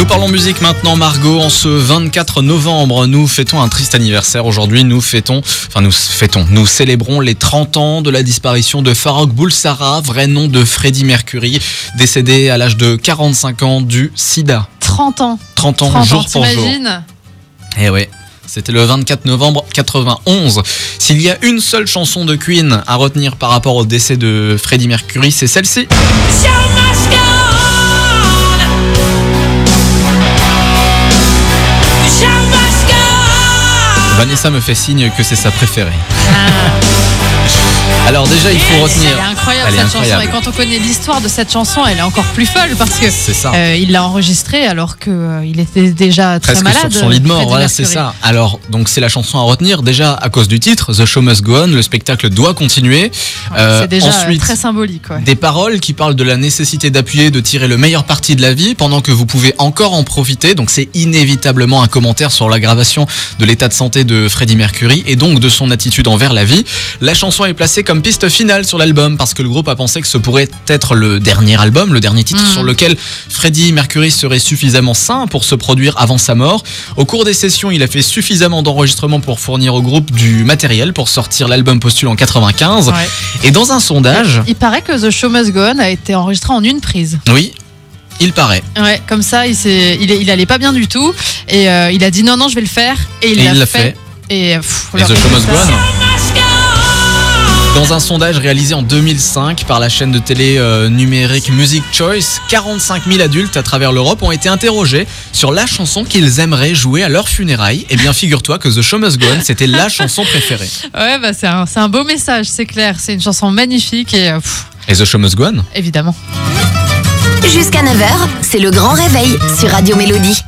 parlons musique maintenant, Margot. En ce 24 novembre, nous fêtons un triste anniversaire. Aujourd'hui, nous célébrons les 30 ans de la disparition de Farrokh Bulsara, vrai nom de Freddie Mercury, décédé à l'âge de 45 ans du sida. 30 ans, jour pour jour. T'imagines ? Eh ouais. C'était le 24 novembre 91. S'il y a une seule chanson de Queen à retenir par rapport au décès de Freddie Mercury, c'est celle-ci. Vanessa me fait signe que c'est sa préférée. Alors déjà, il faut retenir. Elle est incroyable cette chanson. Et quand on connaît l'histoire de cette chanson, elle est encore plus folle parce que c'est ça. Il l'a enregistrée alors qu'il était déjà très presque malade. Sur son lit de mort, voilà, c'est ça. Alors, donc c'est la chanson à retenir déjà à cause du titre, The Show Must Go On. Le spectacle doit continuer. C'est déjà ensuite, très symbolique. Ouais. Des paroles qui parlent de la nécessité d'appuyer, de tirer le meilleur parti de la vie pendant que vous pouvez encore en profiter. Donc c'est inévitablement un commentaire sur l'aggravation de l'état de santé de Freddie Mercury et donc de son attitude envers la vie. La chanson est placée comme piste finale sur l'album parce que le groupe a pensé que ce pourrait être le dernier album, le dernier titre sur lequel Freddie Mercury serait suffisamment sain pour se produire avant sa mort. Au cours des sessions, il a fait suffisamment d'enregistrements pour fournir au groupe du matériel pour sortir l'album posthume en 95. Ouais. Et dans un sondage... Il paraît que The Show Must Go On a été enregistré en une prise. Oui. Il paraît. Ouais, comme ça, il allait pas bien du tout et il a dit non, je vais le faire et il l'a fait. Et The Show Must Go On. Dans un sondage réalisé en 2005 par la chaîne de télé numérique Music Choice, 45 000 adultes à travers l'Europe ont été interrogés sur la chanson qu'ils aimeraient jouer à leur funérailles. Eh bien, figure-toi que The Show Must Go On, c'était la chanson préférée. Ouais, c'est un beau message, c'est clair. C'est une chanson magnifique et The Show Must Go On ? Évidemment. Jusqu'à 9h, c'est le grand réveil sur Radio Mélodie.